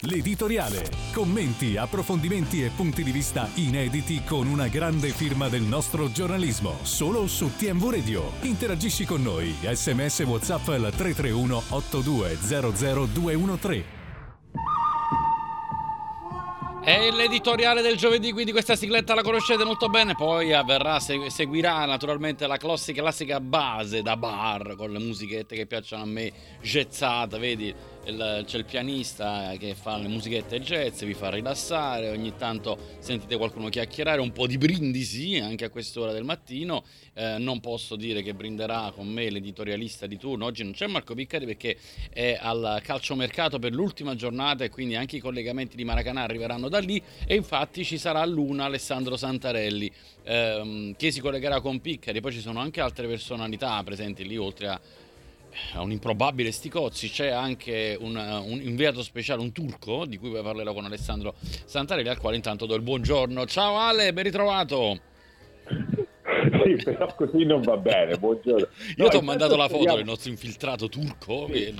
L'editoriale. Commenti, approfondimenti e punti di vista inediti con una grande firma del nostro giornalismo. Solo su TMV Radio. Interagisci con noi. SMS WhatsApp al 331 8200 213. È l'editoriale del giovedì, quindi questa sigletta la conoscete molto bene, poi avverrà, seguirà naturalmente la classica base da bar con le musichette che piacciono a me, jazzata, vedi? C'è il pianista che fa le musichette jazz, vi fa rilassare, ogni tanto sentite qualcuno chiacchierare, un po' di brindisi anche a quest'ora del mattino. Non posso dire che brinderà con me l'editorialista di turno, oggi non c'è Marco Piccari perché è al calciomercato per l'ultima giornata e quindi anche i collegamenti di Maracanã arriveranno da lì, e infatti ci sarà l'una Alessandro Santarelli che si collegherà con Piccari. Poi ci sono anche altre personalità presenti lì, oltre a un improbabile Sticozzi, c'è anche un inviato speciale, un turco, di cui poi parlerò con Alessandro Santarelli, al quale intanto do il buongiorno. Ciao Ale, ben ritrovato. Sì, però così non va bene, buongiorno. Io ti ho mandato la foto del nostro infiltrato turco. Sì.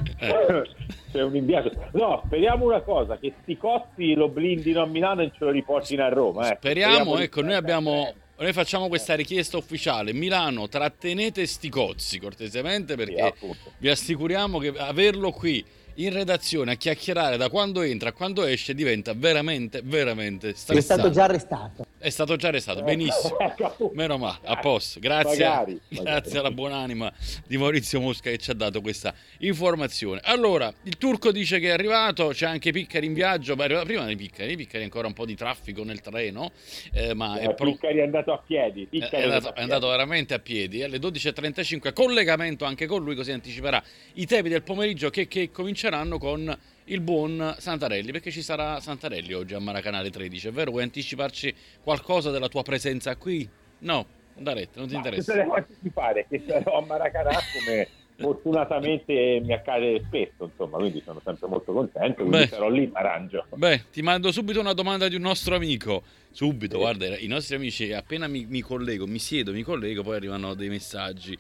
C'è un inviato. No, speriamo una cosa, che Sticozzi lo blindino a Milano e ce lo riportino a Roma. Speriamo, ecco, noi facciamo questa richiesta ufficiale: Milano, trattenete Sticozzi cortesemente, perché vi assicuriamo che averlo qui in redazione a chiacchierare da quando entra a quando esce diventa veramente stressante. È stato già arrestato. È stato già arrestato, benissimo. Meno male, a posto. Grazie. Magari. Grazie alla buonanima di Maurizio Mosca che ci ha dato questa informazione. Allora, il turco dice che è arrivato, c'è anche Piccari in viaggio, prima di Piccari ancora un po' di traffico nel treno, ma Piccari è andato a piedi. È andato veramente a piedi. Alle 12.35 collegamento anche con lui, così anticiperà i temi del pomeriggio che cominceranno con il buon Santarelli, perché ci sarà Santarelli oggi a Maracanã 13. È vero? Vuoi anticiparci qualcosa della tua presenza qui? No, da rete, non ti interessa? Devo anticipare che sarò a Maracanã, come fortunatamente mi accade spesso, insomma, quindi sono sempre molto contento, quindi sarò lì, mi arrangio. Ti mando subito una domanda di un nostro amico. Subito, guarda, i nostri amici appena mi collego, mi collego, poi arrivano dei messaggi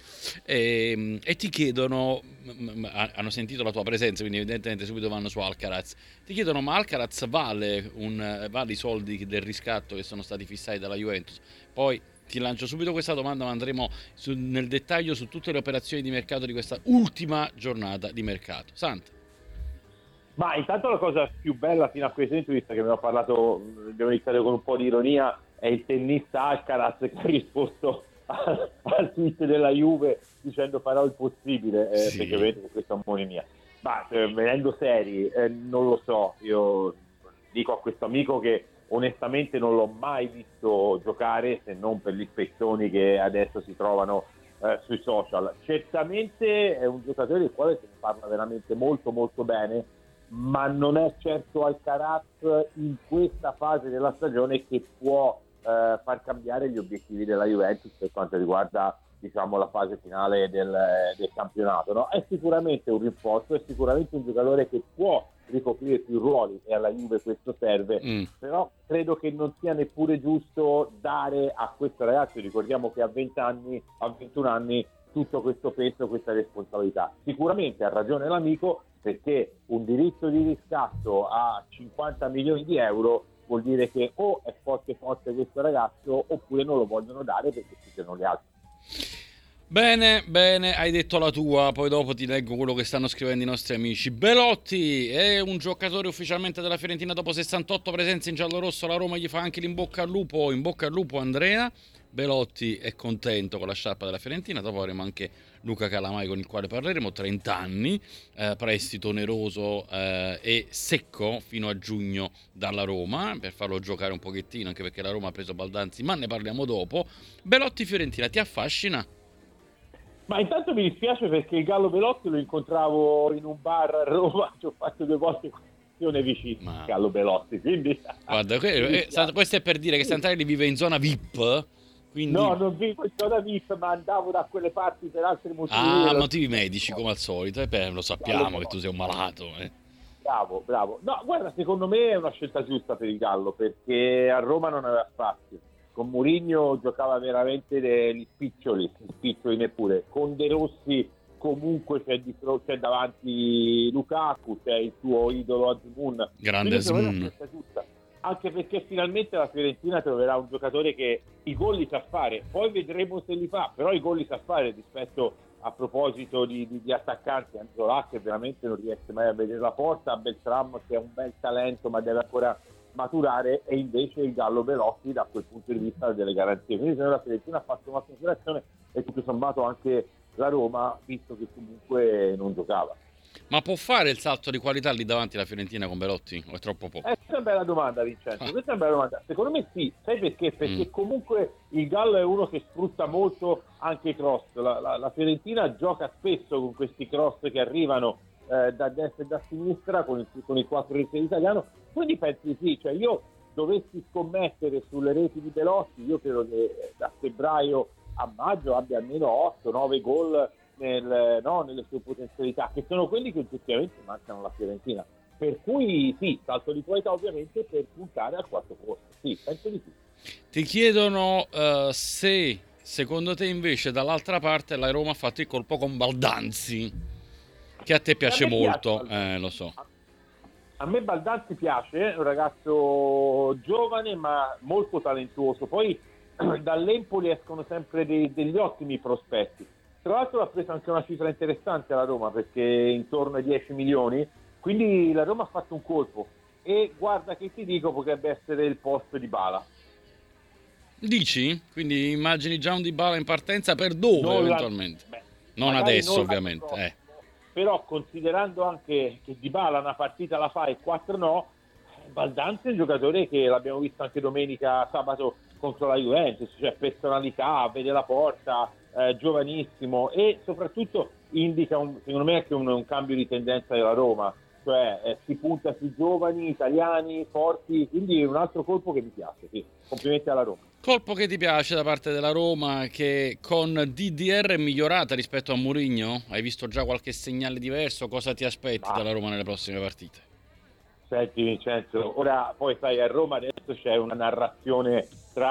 e ti chiedono, hanno sentito la tua presenza, quindi evidentemente subito vanno su Alcaraz, ti chiedono: ma Alcaraz vale i soldi del riscatto che sono stati fissati dalla Juventus? Poi ti lancio subito questa domanda, ma andremo nel dettaglio su tutte le operazioni di mercato di questa ultima giornata di mercato. Santa. Ma intanto la cosa più bella fino a questo momento, visto che mi ho parlato, abbiamo iniziato con un po' di ironia, è il tennista Alcaraz che ha risposto al tweet della Juve dicendo farò il possibile, perché vedete che questa è un'omonimia. Ma venendo seri, non lo so, io dico a questo amico che onestamente non l'ho mai visto giocare, se non per gli spezzoni che adesso si trovano sui social. Certamente è un giocatore del quale si parla veramente molto molto bene, ma non è certo Alcaraz in questa fase della stagione che può far cambiare gli obiettivi della Juventus per quanto riguarda, diciamo, la fase finale del campionato, no? È sicuramente un rinforzo, è sicuramente un giocatore che può ricoprire più ruoli e alla Juve questo serve, però credo che non sia neppure giusto dare a questo ragazzo, ricordiamo che a 21 anni, tutto questo peso, questa responsabilità. Sicuramente ha ragione l'amico, perché un diritto di riscatto a 50 milioni di euro vuol dire che o è forte questo ragazzo oppure non lo vogliono dare perché ci sono gli altri. Bene, hai detto la tua, poi dopo ti leggo quello che stanno scrivendo i nostri amici. Belotti è un giocatore ufficialmente della Fiorentina dopo 68 presenze in giallorosso, la Roma gli fa anche in bocca al lupo Andrea. Belotti è contento con la sciarpa della Fiorentina, dopo avremo anche Luca Calamai con il quale parleremo, 30 anni, prestito oneroso e secco fino a giugno dalla Roma, per farlo giocare un pochettino, anche perché la Roma ha preso Baldanzi, ma ne parliamo dopo. Belotti Fiorentina, ti affascina? Ma intanto mi dispiace perché il Gallo Belotti lo incontravo in un bar a Roma, ci ho fatto 2 volte conversazione vicino Gallo Belotti, quindi... Guarda, questo è per dire che Santarelli vive in zona VIP. Quindi... No, non vivo in zona VIP, ma andavo da quelle parti per altri motivi. Motivi medici, come al solito. Lo sappiamo che tu sei un malato. Bravo. No, guarda, secondo me è una scelta giusta per il Gallo, perché a Roma non aveva spazio. Con Mourinho giocava veramente gli spiccioli neppure. Con De Rossi comunque c'è davanti Lukaku, c'è il suo idolo Azmoun. Grande Azmoun. Anche perché finalmente la Fiorentina troverà un giocatore che i gol li sa fare, poi vedremo se li fa, però i gol li sa fare rispetto, a proposito di attaccanti, Anzola che veramente non riesce mai a vedere la porta, Beltram che è un bel talento ma deve ancora maturare, e invece il Gallo Belotti da quel punto di vista ha delle garanzie. Quindi se la Fiorentina ha fatto una considerazione, e tutto sommato anche la Roma, visto che comunque non giocava. Ma può fare il salto di qualità lì davanti la Fiorentina con Belotti o è troppo poco? Questa è una bella domanda, Vincenzo. Questa è una bella domanda. Secondo me sì, sai perché? Perché comunque il Gallo è uno che sfrutta molto anche i cross. La Fiorentina gioca spesso con questi cross che arrivano da destra e da sinistra con i 4 reti italiano. Quindi pensi sì, cioè io dovessi scommettere sulle reti di Belotti, io credo che da febbraio a maggio abbia almeno 8-9 gol nelle sue potenzialità, che sono quelli che oggettivamente mancano alla Fiorentina. Per cui sì, salto di qualità ovviamente per puntare al quarto posto. Sì, penso di sì. Ti chiedono se secondo te invece dall'altra parte la Roma ha fatto il colpo con Baldanzi, che a te piace molto, lo so. A me Baldanzi piace, è un ragazzo giovane ma molto talentuoso. Poi dall'Empoli escono sempre degli ottimi prospetti. Tra l'altro ha preso anche una cifra interessante alla Roma, perché intorno ai 10 milioni, quindi la Roma ha fatto un colpo, e guarda che ti dico, potrebbe essere il posto di Dybala. Dici? Quindi immagini già un Dybala in partenza per dove eventualmente? Non adesso non ovviamente. Però considerando anche che Dybala una partita la fa e 4 no, Baldanzi è un giocatore che l'abbiamo visto anche sabato contro la Juventus, cioè personalità, vede la porta, giovanissimo, e soprattutto indica secondo me anche un cambio di tendenza della Roma, cioè si punta sui giovani italiani forti, quindi è un altro colpo che mi piace. Sì. Complimenti alla Roma. Colpo che ti piace da parte della Roma, che con DDR è migliorata rispetto a Mourinho? Hai visto già qualche segnale diverso? Cosa ti aspetti dalla Roma nelle prossime partite? Senti Vincenzo, ora poi sai, a Roma adesso c'è una narrazione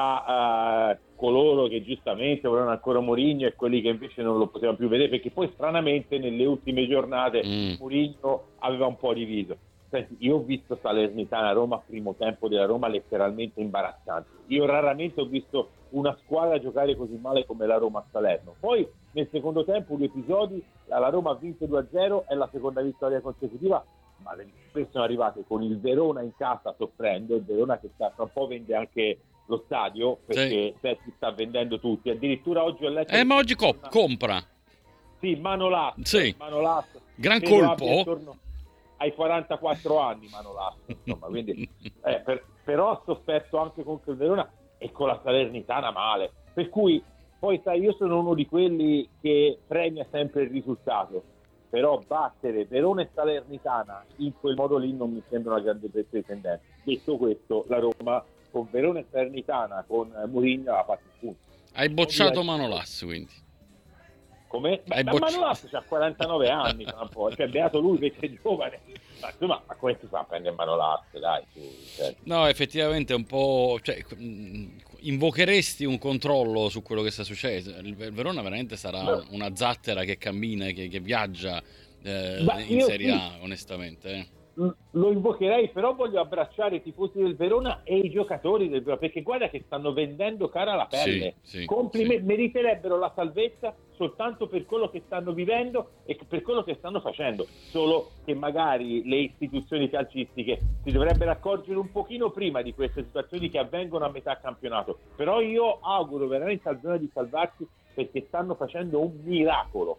tra coloro che giustamente volevano ancora Mourinho e quelli che invece non lo potevano più vedere, perché poi stranamente nelle ultime giornate Mourinho aveva un po' diviso. Senti, io ho visto Salernitana-Roma, primo tempo della Roma letteralmente imbarazzante. Io raramente ho visto una squadra giocare così male come la Roma a Salerno. Poi nel secondo tempo 2 episodi, la Roma ha vinto 2-0, è la seconda vittoria consecutiva, ma le vitórie sono arrivate con il Verona in casa soffrendo, il Verona che tra un po' vende anche lo stadio, perché si sta vendendo tutti, addirittura oggi ho letto ma oggi compra Manolas, sì. Manolas, gran colpo ai 44 anni Manolas, insomma, quindi però ha sofferto anche contro il Verona e con la Salernitana male, per cui poi sai, io sono uno di quelli che premia sempre il risultato, però battere Verona e Salernitana in quel modo lì non mi sembra una grande tendenza. Detto questo, la Roma con Verona e Salernitana con Mourinho ha fatto il punto. Hai bocciato Manolas, quindi? Come? Manolas c'ha 49 anni, cioè beato lui che è giovane, ma insomma, ma come si fa a prendere Manolas, dai? No, effettivamente è un po', cioè, invocheresti un controllo su quello che sta succedendo. Il Verona veramente sarà una zattera che cammina, che viaggia in Serie A, onestamente. Lo invocherei, però voglio abbracciare i tifosi del Verona e i giocatori del Verona, perché guarda che stanno vendendo cara la pelle. Complimenti, meriterebbero la salvezza soltanto per quello che stanno vivendo e per quello che stanno facendo, solo che magari le istituzioni calcistiche si dovrebbero accorgere un pochino prima di queste situazioni che avvengono a metà campionato. Però io auguro veramente al Verona di salvarsi, perché stanno facendo un miracolo.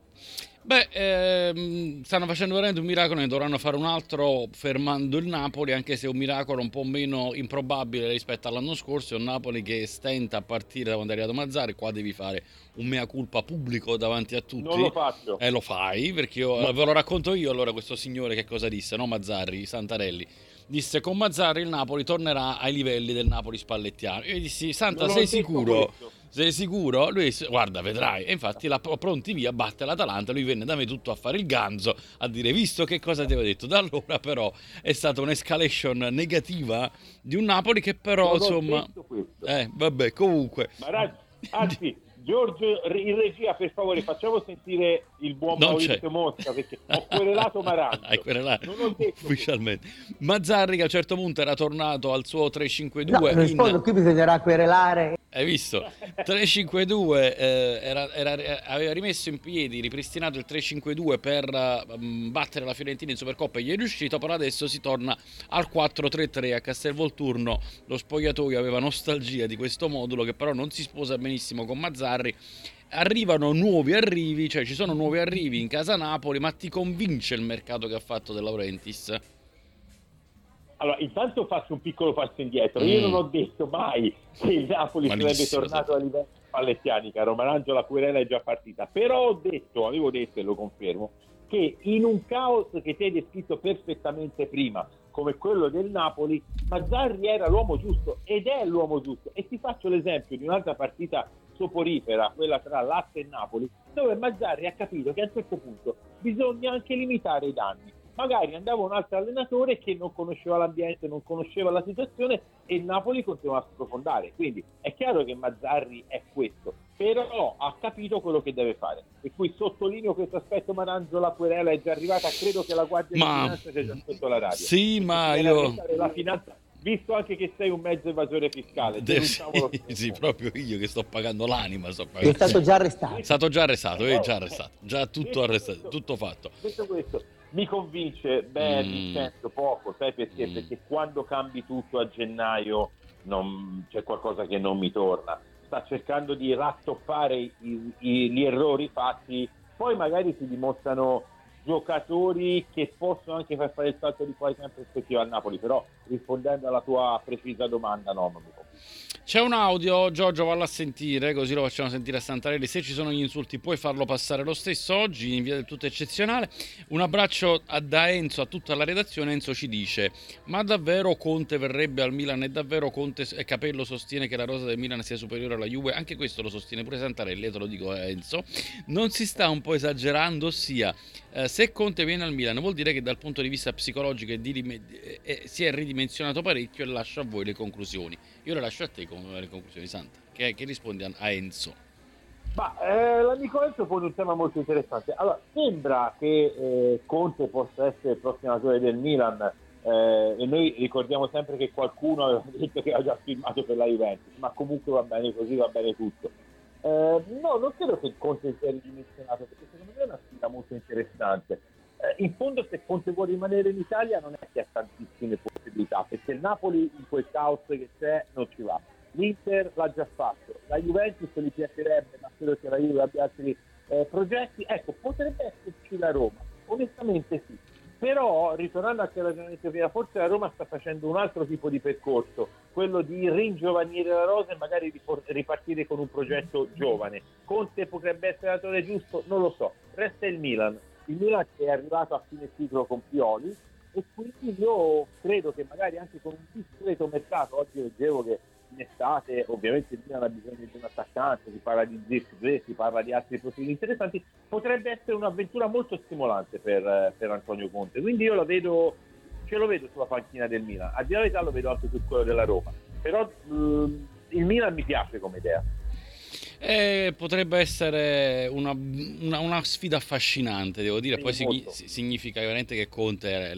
Stanno facendo veramente un miracolo, ne dovranno fare un altro fermando il Napoli, anche se è un miracolo un po' meno improbabile rispetto all'anno scorso. È un Napoli che stenta a partire da quando è arrivato Mazzarri. Qua devi fare un mea culpa pubblico davanti a tutti. Non lo faccio. Lo fai, perché ve lo racconto io. Allora questo signore che cosa disse, no? Mazzarri, Santarelli disse: con Mazzarri il Napoli tornerà ai livelli del Napoli spallettiano. Io gli dissi: Santa, sei sicuro? Sei sicuro? Lui disse: guarda, vedrai. E infatti pronti via, batte l'Atalanta. Lui venne da me tutto a fare il ganzo, a dire: visto che cosa ti avevo detto. Da allora però è stata un'escalation negativa di un Napoli che però insomma vabbè, comunque anzi Giorgio, in regia, per favore, facciamo sentire il buon Maurizio Mosca, perché ho querelato Marangio. Hai querelato non ho detto ufficialmente. Mazzarri, che a un certo punto era tornato al suo 3-5-2. No, rispondo, qui bisognerà querelare. Hai visto? 3-5-2, aveva rimesso in piedi, ripristinato il 3-5-2 per battere la Fiorentina in Supercoppa e gli è riuscito, però adesso si torna al 4-3-3 a Castelvolturno. Lo spogliatoio aveva nostalgia di questo modulo che però non si sposa benissimo con Mazzarri. Arrivano nuovi arrivi, cioè ci sono nuovi arrivi in casa Napoli, ma ti convince il mercato che ha fatto De Laurentiis? Allora, intanto faccio un piccolo passo indietro. Io non ho detto mai che il Napoli sarebbe tornato a livelli spallettiani, caro Marangio, la querela è già partita. Però avevo detto e lo confermo, che in un caos che ti hai descritto perfettamente prima, come quello del Napoli, Mazzarri era l'uomo giusto ed è l'uomo giusto. E ti faccio l'esempio di un'altra partita soporifera, quella tra Lazio e Napoli, dove Mazzarri ha capito che a un certo punto bisogna anche limitare i danni. Magari andava un altro allenatore che non conosceva l'ambiente, non conosceva la situazione e il Napoli continuava a sprofondare. Quindi è chiaro che Mazzarri è questo, però ha capito quello che deve fare. E qui sottolineo questo aspetto, Marangio, la querela è già arrivata, credo che la Guardia di Finanza sia già sotto la radio. Sì, ma io... La finanza, visto anche che sei un mezzo evasore fiscale. Sì, proprio io che sto pagando l'anima. È stato già arrestato. È stato già arrestato, già tutto arrestato, tutto fatto. Detto questo, mi convince, Vincenzo, poco, sai perché? Perché quando cambi tutto a gennaio c'è qualcosa che non mi torna. Sta cercando di rattoppare gli errori fatti, poi magari si dimostrano giocatori che possono anche far fare il salto di qualità in prospettiva al Napoli, però rispondendo alla tua precisa domanda, no, non mi convince. C'è un audio, Giorgio, vallo a sentire, così lo facciamo sentire a Santarelli. Se ci sono gli insulti puoi farlo passare lo stesso oggi in via del tutto eccezionale. Un abbraccio da Enzo, a tutta la redazione. Enzo ci dice: ma davvero Conte verrebbe al Milan? E davvero Conte e Capello sostiene che la rosa del Milan sia superiore alla Juve? Anche questo lo sostiene pure Santarelli, te lo dico, Enzo. Non si sta un po' esagerando? Ossia, se Conte viene al Milan vuol dire che dal punto di vista psicologico si è ridimensionato parecchio, e lascio a voi le conclusioni. Io le lascio a te con le conclusioni, Santa. Che rispondi a Enzo? L'amico Enzo pone un tema molto interessante. Allora, sembra che Conte possa essere il prossimo allenatore del Milan, e noi ricordiamo sempre che qualcuno aveva detto che aveva già firmato per la Juventus, ma comunque va bene così, va bene tutto. No, non credo che Conte sia ridimensionato, perché secondo me è una sfida molto interessante. In fondo, se Conte vuole rimanere in Italia non è che ha tantissime possibilità, perché il Napoli in quel caos che c'è non ci va. L'Inter l'ha già fatto, la Juventus gli piacerebbe, ma credo che la Juve abbia altri progetti. Ecco, potrebbe esserci la Roma, onestamente sì. Però, ritornando anche al ragionamento prima, forse la Roma sta facendo un altro tipo di percorso, quello di ringiovanire la rosa e magari ripartire con un progetto giovane. Conte potrebbe essere l'allenatore giusto? Non lo so. Resta il Milan che è arrivato a fine ciclo con Pioli, e quindi io credo che magari anche con un discreto mercato, oggi leggevo che in estate ovviamente il Milan ha bisogno di un attaccante, si parla di Zirkzee, si parla di altri profili interessanti, potrebbe essere un'avventura molto stimolante per Antonio Conte, quindi io ce lo vedo sulla panchina del Milan, a dire la verità lo vedo anche su quello della Roma, però il Milan mi piace come idea. Potrebbe essere una sfida affascinante, devo dire. Poi significa veramente che Conte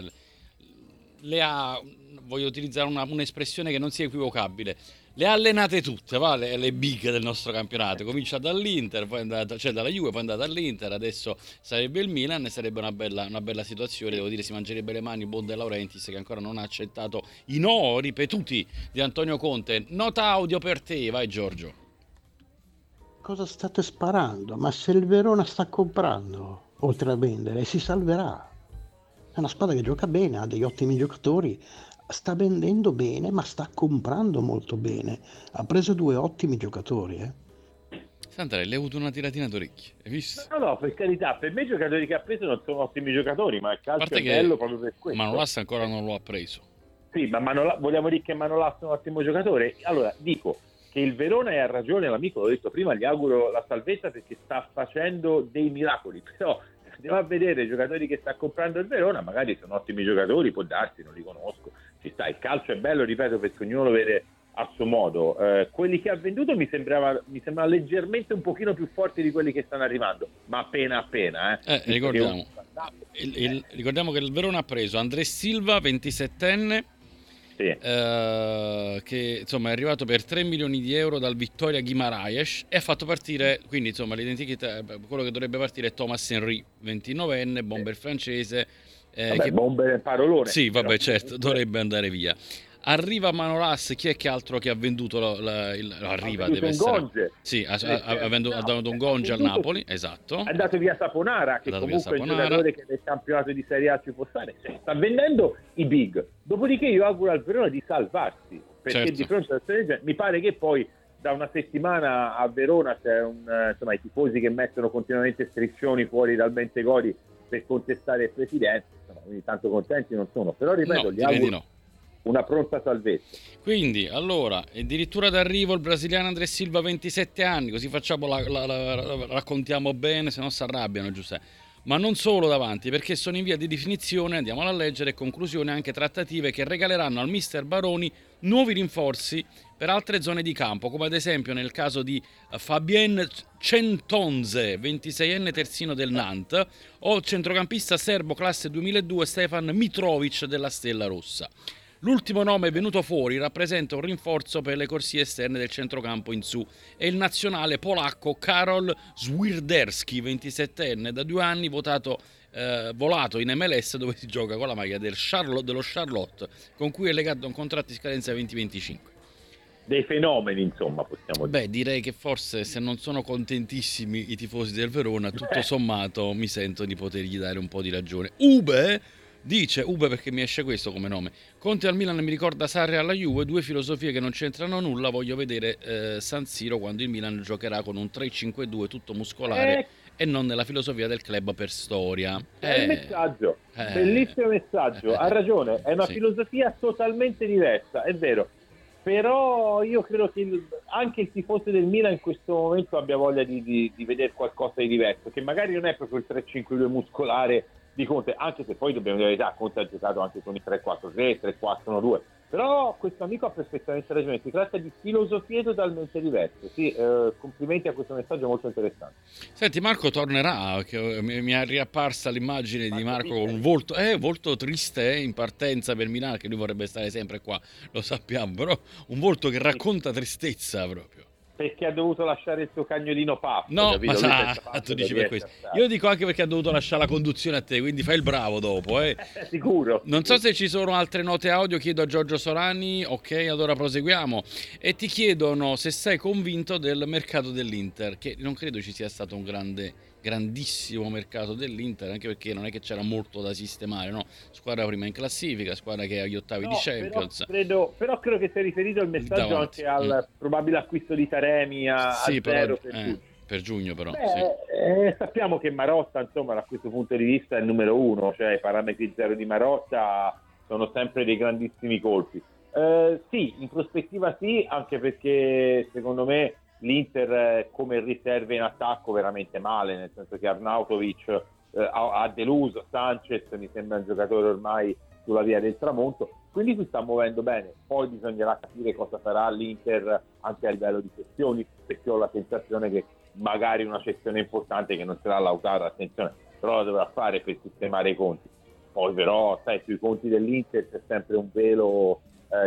le ha, voglio utilizzare un'espressione che non sia equivocabile, le ha allenate tutte, va? Le big del nostro campionato. Comincia dall'Inter, poi dalla Juve, poi è andata all'Inter, adesso sarebbe il Milan, e sarebbe una bella situazione, devo dire. Si mangerebbe le mani il buon De Laurentiis, che ancora non ha accettato i no ripetuti di Antonio Conte. Nota audio per te, vai Giorgio. Cosa state sparando? Ma se il Verona sta comprando, oltre a vendere, si salverà. È una squadra che gioca bene, ha degli ottimi giocatori, sta vendendo bene, ma sta comprando molto bene. Ha preso 2 ottimi giocatori. Santarelli, hai avuto una tiratina d'orecchie, hai visto? No, per carità, per me i giocatori che ha preso non sono ottimi giocatori, ma il calcio è bello proprio per questo. Manolas ancora non lo ha preso. Sì, ma vogliamo dire che Manolas è un ottimo giocatore? Allora, dico che il Verona, ha ragione l'amico, l'ho detto prima, gli auguro la salvezza perché sta facendo dei miracoli, però andiamo a vedere i giocatori che sta comprando il Verona, magari sono ottimi giocatori, può darsi, non li conosco, ci sta, il calcio è bello, ripeto, perché ognuno lo vede a suo modo. Quelli che ha venduto mi sembra leggermente un pochino più forti di quelli che stanno arrivando, ma appena. Ricordiamo che il Verona ha preso André Silva, 27enne, sì. Che insomma è arrivato per 3 milioni di euro dal Victoria Guimaraes e ha fatto partire, quindi insomma l'identikit, quello che dovrebbe partire è Thomas Henry, 29enne, bomber francese. Bomber parolone. Sì, vabbè, certo, dovrebbe andare via. Arriva Manolas, chi è che altro che ha venduto arriva, deve essere Gonge. Sì, ha dato un Gonge al Napoli, esatto. È andato via Saponara, che comunque è un giocatore che nel campionato di Serie A ci può stare, sta vendendo i big. Dopodiché io auguro al Verona di salvarsi, perché certo, di fronte a questo mi pare che poi da una settimana a Verona c'è insomma i tifosi che mettono continuamente striscioni fuori dal Bentegodi per contestare il presidente, insomma, quindi tanto contenti non sono, però ripeto, gli auguro una pronta salvezza. Quindi allora addirittura d'arrivo il brasiliano André Silva, 27 anni, così facciamo la raccontiamo bene, se no si arrabbiano, Giuseppe. Ma non solo davanti, perché sono in via di definizione, andiamo a leggere, conclusione anche trattative che regaleranno al mister Baroni nuovi rinforzi per altre zone di campo, come ad esempio nel caso di Fabien Centonze, 26enne terzino del Nantes, o il centrocampista serbo classe 2002 Stefan Mitrovic della Stella Rossa. L'ultimo nome venuto fuori rappresenta un rinforzo per le corsie esterne del centrocampo in su. È il nazionale polacco Karol Swirderski, 27enne, da 2 anni volato in MLS, dove si gioca con la maglia dello Charlotte, con cui è legato a un contratto di scadenza 2025. Dei fenomeni, insomma, possiamo dire. Direi che forse, se non sono contentissimi i tifosi del Verona, tutto sommato mi sento di potergli dare un po' di ragione. Dice perché mi esce questo come nome. Conte al Milan mi ricorda Sarri alla Juve, 2 filosofie che non c'entrano nulla. Voglio vedere San Siro quando il Milan giocherà con un 3-5-2 tutto muscolare e non nella filosofia del club per storia. È un messaggio, bellissimo messaggio. Ha ragione, è una filosofia totalmente diversa, è vero. Però io credo che anche il tifoso del Milan in questo momento abbia voglia di vedere qualcosa di diverso, che magari non è proprio il 3-5-2 muscolare di Conte, anche se poi dobbiamo dire la verità, Conte ha giocato anche con i 3-4-3, 3-4-1-2, però questo amico ha perfettamente ragione, si tratta di filosofie totalmente diverse. Sì, complimenti a questo messaggio molto interessante. Senti, Marco tornerà, che mi è riapparsa l'immagine di Marco con un volto triste in partenza per Milano, che lui vorrebbe stare sempre qua, lo sappiamo, però un volto che racconta tristezza proprio. Perché ha dovuto lasciare il suo cagnolino Puff. No, ma tu dici per questo. Io dico anche perché ha dovuto lasciare la conduzione a te, quindi fai il bravo dopo. Sicuro. Non so se ci sono altre note audio, chiedo a Giorgio Sorani, ok, allora proseguiamo. E ti chiedono se sei convinto del mercato dell'Inter, che non credo ci sia stato un grandissimo mercato dell'Inter, anche perché non è che c'era molto da sistemare, no? Squadra prima in classifica, squadra che è agli ottavi di Champions. Però credo che sia riferito il messaggio anche al probabile acquisto di Taremi a zero per giugno, però. Sappiamo che Marotta, insomma, da questo punto di vista è il numero 1, cioè i parametri zero di Marotta sono sempre dei grandissimi colpi. Sì, in prospettiva sì, anche perché secondo me l'Inter come riserve in attacco veramente male, nel senso che Arnautovic ha deluso, Sanchez mi sembra un giocatore ormai sulla via del tramonto, quindi si sta muovendo bene. Poi bisognerà capire cosa farà l'Inter anche a livello di cessioni, perché ho la sensazione che magari una cessione importante, che non sarà Lautaro, attenzione, però la dovrà fare per sistemare i conti. Poi però sai, sui conti dell'Inter c'è sempre un velo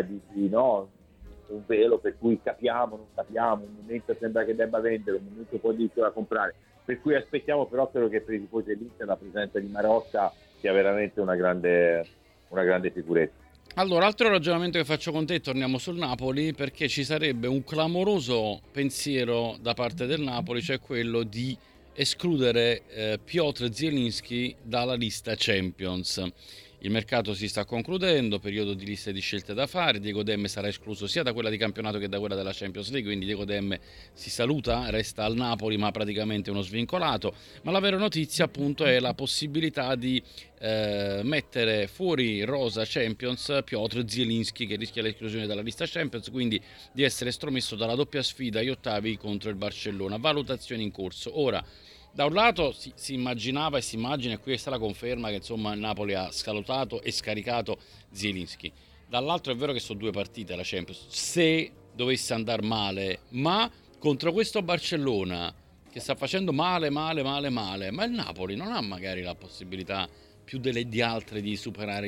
un velo per cui capiamo, non capiamo, un momento sembra che debba vendere, un momento poi addirittura comprare, per cui aspettiamo. Però credo che per i tifosi dell'Inter la presenza di Marotta sia veramente una grande sicurezza. Allora, altro ragionamento che faccio con te, torniamo sul Napoli, perché ci sarebbe un clamoroso pensiero da parte del Napoli, cioè quello di escludere Piotr Zielinski dalla lista Champions. Il mercato si sta concludendo, periodo di liste di scelte da fare. Diego Demme sarà escluso sia da quella di campionato che da quella della Champions League, quindi Diego Demme si saluta, resta al Napoli ma praticamente uno svincolato. Ma la vera notizia appunto è la possibilità di mettere fuori rosa Champions Piotr Zielinski, che rischia l'esclusione dalla lista Champions, quindi di essere estromesso dalla doppia sfida agli ottavi contro il Barcellona. Valutazioni in corso. Ora, da un lato si immaginava e si immagina, e qui sta la conferma, che insomma il Napoli ha salutato e scaricato Zielinski. dall'altro è vero che sono 2 partite la Champions, se dovesse andare male, ma contro questo Barcellona che sta facendo male, ma il Napoli non ha magari la possibilità più di altre di superare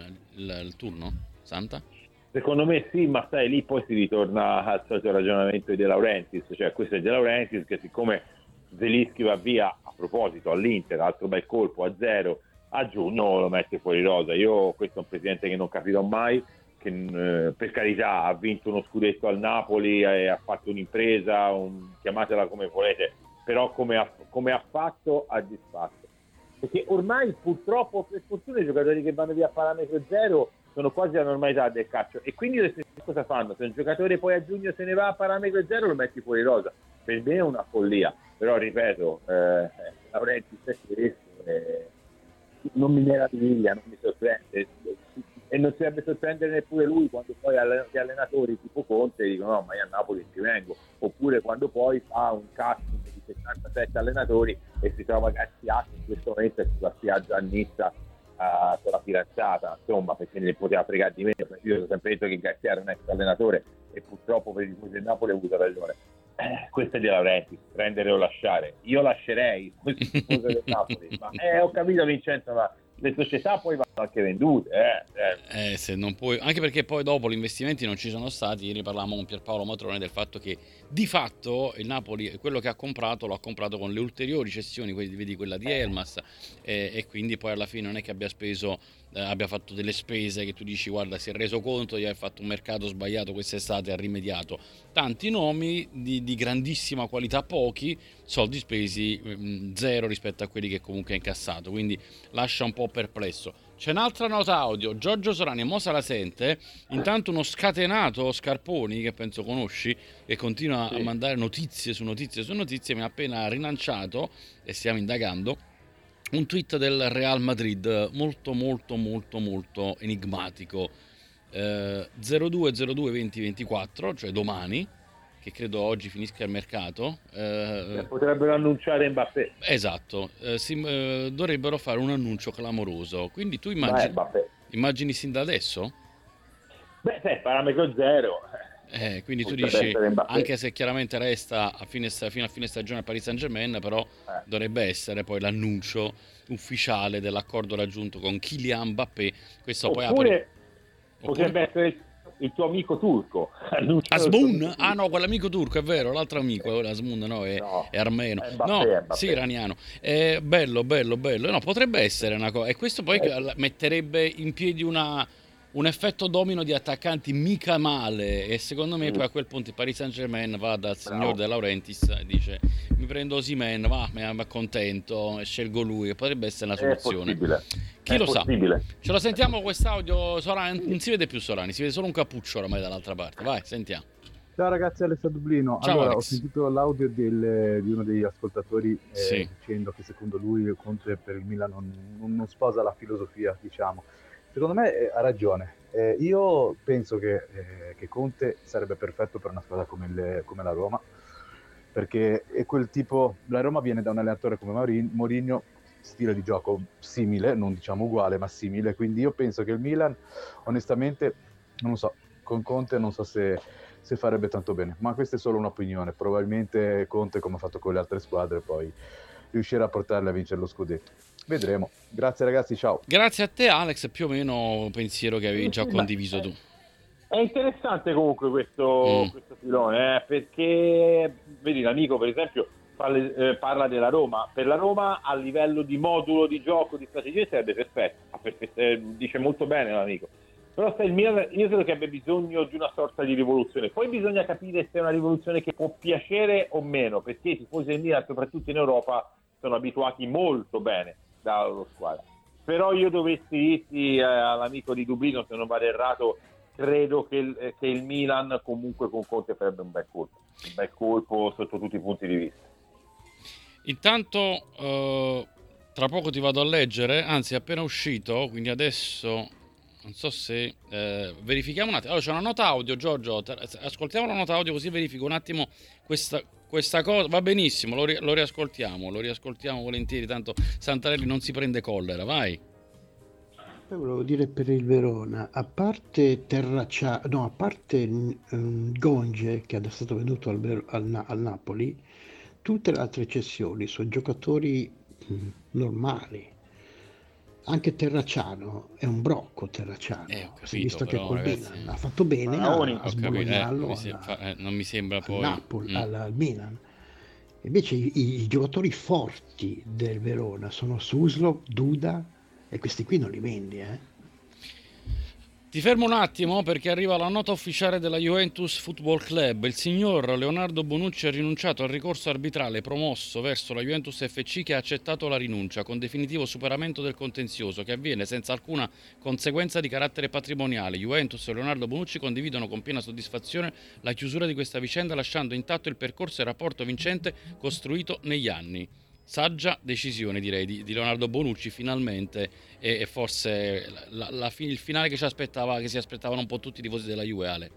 il turno, Santa? Secondo me sì, ma sai, lì poi si ritorna al solito ragionamento di De Laurentiis, cioè questo è De Laurentiis che siccome Zelinski va via, a proposito, all'Inter, altro bel colpo a 0, a giugno lo mette fuori rosa. Io questo è un presidente che non capirò mai, che per carità ha vinto uno scudetto al Napoli, ha fatto un'impresa, chiamatela come volete, però come ha fatto ha disfatto. Perché ormai purtroppo, per fortuna, i giocatori che vanno via a parametro zero sono quasi la normalità del calcio, e quindi cosa fanno? Se un giocatore poi a giugno se ne va a parametro zero lo metti fuori rosa. Per me è una follia, però ripeto, Laurentiis è questo, non mi meraviglia, non mi sorprende, e non si deve sorprendere neppure lui quando poi gli allenatori tipo Conte dicono no, ma io a Napoli ci vengo, oppure quando poi fa un casting di 77 allenatori e si trova Garciati in questo momento sulla spiaggia a Nizza con la fidanzata, insomma, perché ne poteva fregare di meno. Io ho sempre detto che Garcia era un ex allenatore e purtroppo per i tifosi del Napoli ha avuto ragione. Questo è di Laurentiis, prendere o lasciare. Io lascerei questo tifoso del Napoli, ma ho capito Vincenzo, ma le società poi vanno anche vendute, se non puoi, anche perché poi dopo gli investimenti non ci sono stati. Ieri parlavamo con Pierpaolo Matrone del fatto che di fatto il Napoli quello che ha comprato lo ha comprato con le ulteriori cessioni, vedi quella di Elmas, e quindi poi alla fine non è che abbia fatto delle spese che tu dici guarda, si è reso conto di aver fatto un mercato sbagliato quest'estate, ha rimediato. Tanti nomi di grandissima qualità, pochi soldi spesi, zero rispetto a quelli che comunque ha incassato, quindi lascia un po' perplesso. C'è un'altra nota audio, Giorgio Sorani, mo se la sente. Intanto uno scatenato Scarponi, che penso conosci, che continua a mandare notizie su notizie su notizie, mi ha appena rilanciato, e stiamo indagando, un tweet del Real Madrid molto molto molto molto enigmatico, 02/02/2024, cioè domani, che credo oggi finisca il mercato, potrebbero annunciare Mbappé. Esatto, dovrebbero fare un annuncio clamoroso, quindi tu immagini sin da adesso? Parametro zero. Quindi tu dici, anche se chiaramente resta fino a fine stagione a Paris Saint-Germain, però dovrebbe essere poi l'annuncio ufficiale dell'accordo raggiunto con Kylian Mbappé. Questo Oppure potrebbe essere il tuo amico turco, Asmun? Ah no, quell'amico turco è vero, l'altro amico Asmun è armeno, Mbappé. Sì, iraniano. Bello. No, potrebbe essere una cosa, e questo poi metterebbe in piedi un effetto domino di attaccanti mica male, e secondo me poi a quel punto il Paris Saint-Germain va dal signor De Laurentiis e dice mi prendo Osimhen, mi accontento e scelgo lui, e potrebbe essere una soluzione. Chi lo sa? Ce lo sentiamo quest'audio, Sorani? Non si vede più Sorani, si vede solo un cappuccio oramai dall'altra parte. Vai, sentiamo. Ciao ragazzi, Alex da Dublino. Ciao, allora, Alex. Ho sentito l'audio di uno degli ascoltatori dicendo che secondo lui Conte per il Milan non sposa la filosofia, diciamo. Secondo me ha ragione. Io penso che Conte sarebbe perfetto per una squadra come la Roma, perché è quel tipo. La Roma viene da un allenatore come Mourinho, stile di gioco simile, non diciamo uguale, ma simile. Quindi io penso che il Milan, onestamente, non lo so, con Conte non so se farebbe tanto bene, ma questa è solo un'opinione. Probabilmente Conte, come ha fatto con le altre squadre, poi riuscirà a portarle a vincere lo scudetto. Vedremo. Grazie ragazzi, ciao. Grazie a te Alex, più o meno pensiero che avevi già condiviso tu. È interessante comunque questo filone, perché vedi, l'amico per esempio parla della Roma. Per la Roma a livello di modulo di gioco, di strategia sarebbe perfetto, dice molto bene l'amico. Però il Milan, io credo che abbia bisogno di una sorta di rivoluzione. Poi bisogna capire se è una rivoluzione che può piacere o meno, perché i tifosi del Milan, soprattutto in Europa, sono abituati molto bene dalla loro squadra. Però io dovessi dirti all'amico di Dublino, se non vado errato, credo che il Milan comunque con Conte farebbe un bel colpo sotto tutti i punti di vista. Intanto tra poco ti vado a leggere, anzi è appena uscito, quindi adesso non so se verifichiamo un attimo. Allora, c'è una nota audio, Giorgio, ascoltiamo la nota audio così verifico un attimo questa cosa. Va benissimo, lo riascoltiamo volentieri, tanto Santarelli non si prende collera, vai. Poi volevo dire per il Verona, a parte Gonge, che è stato venduto al Napoli, tutte le altre cessioni sono giocatori normali. Anche Terracciano è un brocco. Terracciano, ho capito, si è visto però, che col ragazzi, Milan ha fatto bene a sbolognarlo non mi sembra poi al Milan. Invece i giocatori forti del Verona sono Suslov, Duda, e questi qui non li vendi, Ti fermo un attimo perché arriva la nota ufficiale della Juventus Football Club. Il signor Leonardo Bonucci ha rinunciato al ricorso arbitrale promosso verso la Juventus FC, che ha accettato la rinuncia con definitivo superamento del contenzioso, che avviene senza alcuna conseguenza di carattere patrimoniale. Juventus e Leonardo Bonucci condividono con piena soddisfazione la chiusura di questa vicenda, lasciando intatto il percorso e il rapporto vincente costruito negli anni. Saggia decisione, direi, di Leonardo Bonucci, finalmente, e forse il finale che si aspettavano un po' tutti i tifosi della Juve, Ale.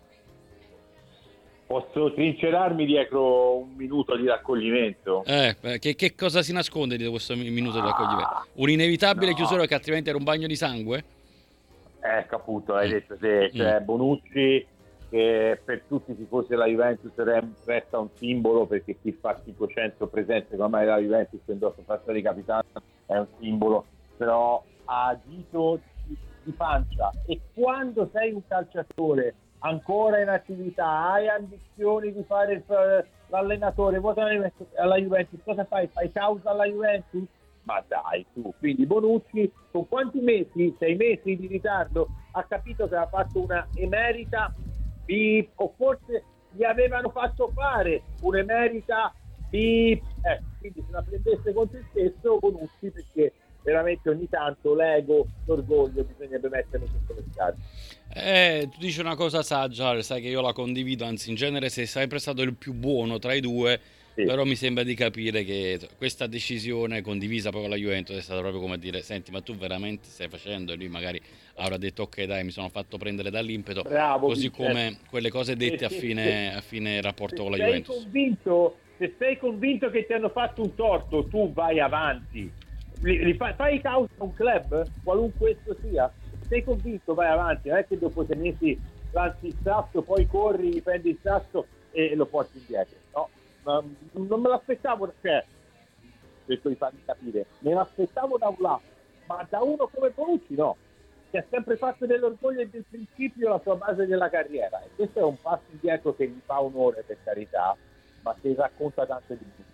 Posso trincerarmi dietro un minuto di raccoglimento? Che cosa si nasconde dietro questo minuto di raccoglimento? Un'inevitabile chiusura che altrimenti era un bagno di sangue? Appunto, hai detto te, cioè Bonucci, che per tutti i tifosi della Juventus resta un simbolo, perché chi fa 500 presenze come mai la Juventus indossa faccia di capitano è un simbolo, però ha agito di pancia, e quando sei un calciatore ancora in attività, hai ambizioni di fare l'allenatore, vuoi alla Juventus, cosa fai? Fai causa alla Juventus? Ma dai tu, quindi Bonucci con quanti mesi? 6 mesi di ritardo ha capito che ha fatto una emerita, o forse gli avevano fatto fare un'emerita quindi se la prendesse con se stesso Bonucci, perché veramente ogni tanto l'ego, l'orgoglio bisognerebbe metterlo sotto le scarpe. Tu dici una cosa saggia, sai che io la condivido, anzi in genere sei sempre stato il più buono tra i due, sì. Però mi sembra di capire che questa decisione condivisa poi con la Juventus è stata proprio come dire: senti, ma tu veramente stai facendo? E lui magari avrà detto: ok, dai, mi sono fatto prendere dall'impeto. Bravo, così come quelle cose dette a fine rapporto con la Juventus. Se sei convinto che ti hanno fatto un torto, tu vai avanti, fai causa a un club, qualunque esso sia. Se sei convinto, vai avanti, non è che dopo 6 mesi lanci il sasso, poi corri, prendi il sasso e lo porti indietro. No, ma non me l'aspettavo, cioè, cerco di farmi capire, me l'aspettavo da un lato, ma da uno come Bonucci no, che ha sempre fatto dell'orgoglio e del principio la sua base della carriera, e questo è un passo indietro che gli fa onore, per carità, ma che racconta tanto di più.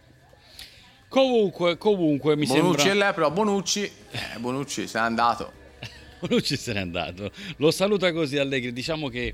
Comunque mi sembra... Bonucci è lei, però Bonucci se n'è andato. Bonucci se n'è andato, lo saluta così Allegri. Diciamo che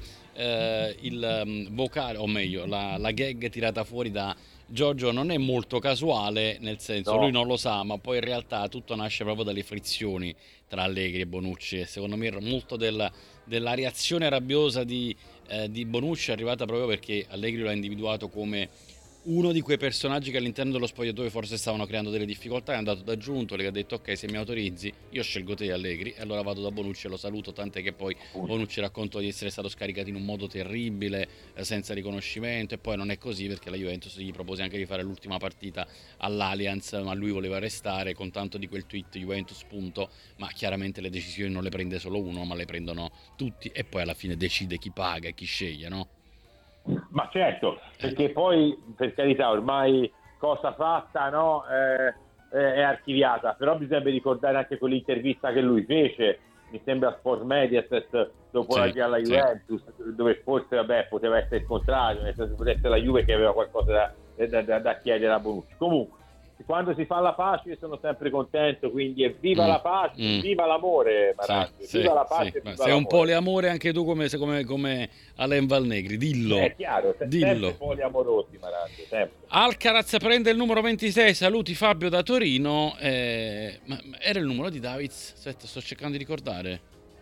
il vocale, o meglio la gag tirata fuori da Giorgio non è molto casuale, nel senso, no, lui non lo sa, ma poi in realtà tutto nasce proprio dalle frizioni tra Allegri e Bonucci, e secondo me molto della reazione rabbiosa di Bonucci è arrivata proprio perché Allegri lo ha individuato come uno di quei personaggi che all'interno dello spogliatoio forse stavano creando delle difficoltà. È andato da Giuntoli che ha detto: ok, se mi autorizzi io scelgo te, Allegri, e allora vado da Bonucci e lo saluto, tant'è che poi Bonucci raccontò di essere stato scaricato in un modo terribile, senza riconoscimento, e poi non è così, perché la Juventus gli propose anche di fare l'ultima partita all'Allianz, ma lui voleva restare, con tanto di quel tweet Juventus punto, ma chiaramente le decisioni non le prende solo uno, ma le prendono tutti, e poi alla fine decide chi paga e chi sceglie, no? Ma certo, perché poi, per carità, ormai cosa fatta, no? È archiviata, però bisogna ricordare anche quell'intervista che lui fece, mi sembra Sport Mediaset, dopo la via alla Juventus, dove forse poteva essere il contrario, nel senso poteva essere la Juve che aveva qualcosa da chiedere a Bonucci. Comunque, quando si fa la pace io sono sempre contento, quindi evviva la pace, viva l'amore, Maracchio, viva la pace, viva sei l'amore. Un poliamore anche tu come Alain Valnegri, dillo. È chiaro, sempre poliamorosi, Maracchio, sempre. Alcaraz prende il numero 26, saluti Fabio da Torino, ma era il numero di Davids? Aspetta, sto cercando di ricordare.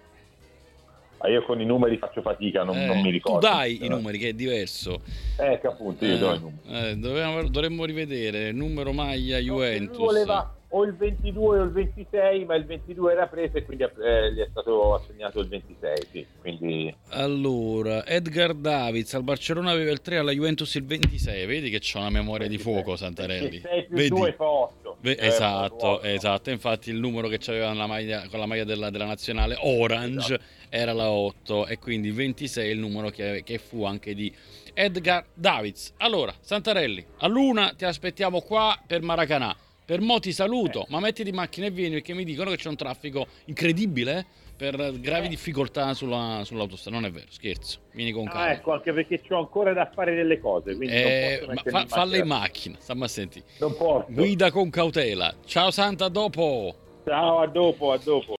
Io con i numeri faccio fatica, non mi ricordo. Tu dai i numeri, che è diverso. Che appunto io do i numeri. Dovremmo rivedere numero maglia Juventus. Lui voleva o il 22 o il 26, ma il 22 era preso e quindi gli è stato assegnato il 26. Sì, quindi... Allora, Edgar Davids al Barcellona aveva il 3, alla Juventus il 26. Vedi che c'ho una memoria di fuoco, Santarelli. 6 più 2 fa 8. Esatto. Infatti il numero che c'aveva con la maglia della nazionale Orange era la 8 e quindi 26 il numero che fu anche di Edgar Davids. Allora, Santarelli, all'1 ti aspettiamo qua per Maracanã. Per mo ti saluto, ma mettiti in macchina e vieni perché mi dicono che c'è un traffico incredibile per gravi difficoltà sull'autostrada. Non è vero, scherzo. Vieni con calma. Ecco, anche perché c'ho ancora da fare delle cose. Quindi non posso falle in macchina, stammi a sentire. Non posso. Guida con cautela. Ciao Santa, a dopo. Ciao, a dopo.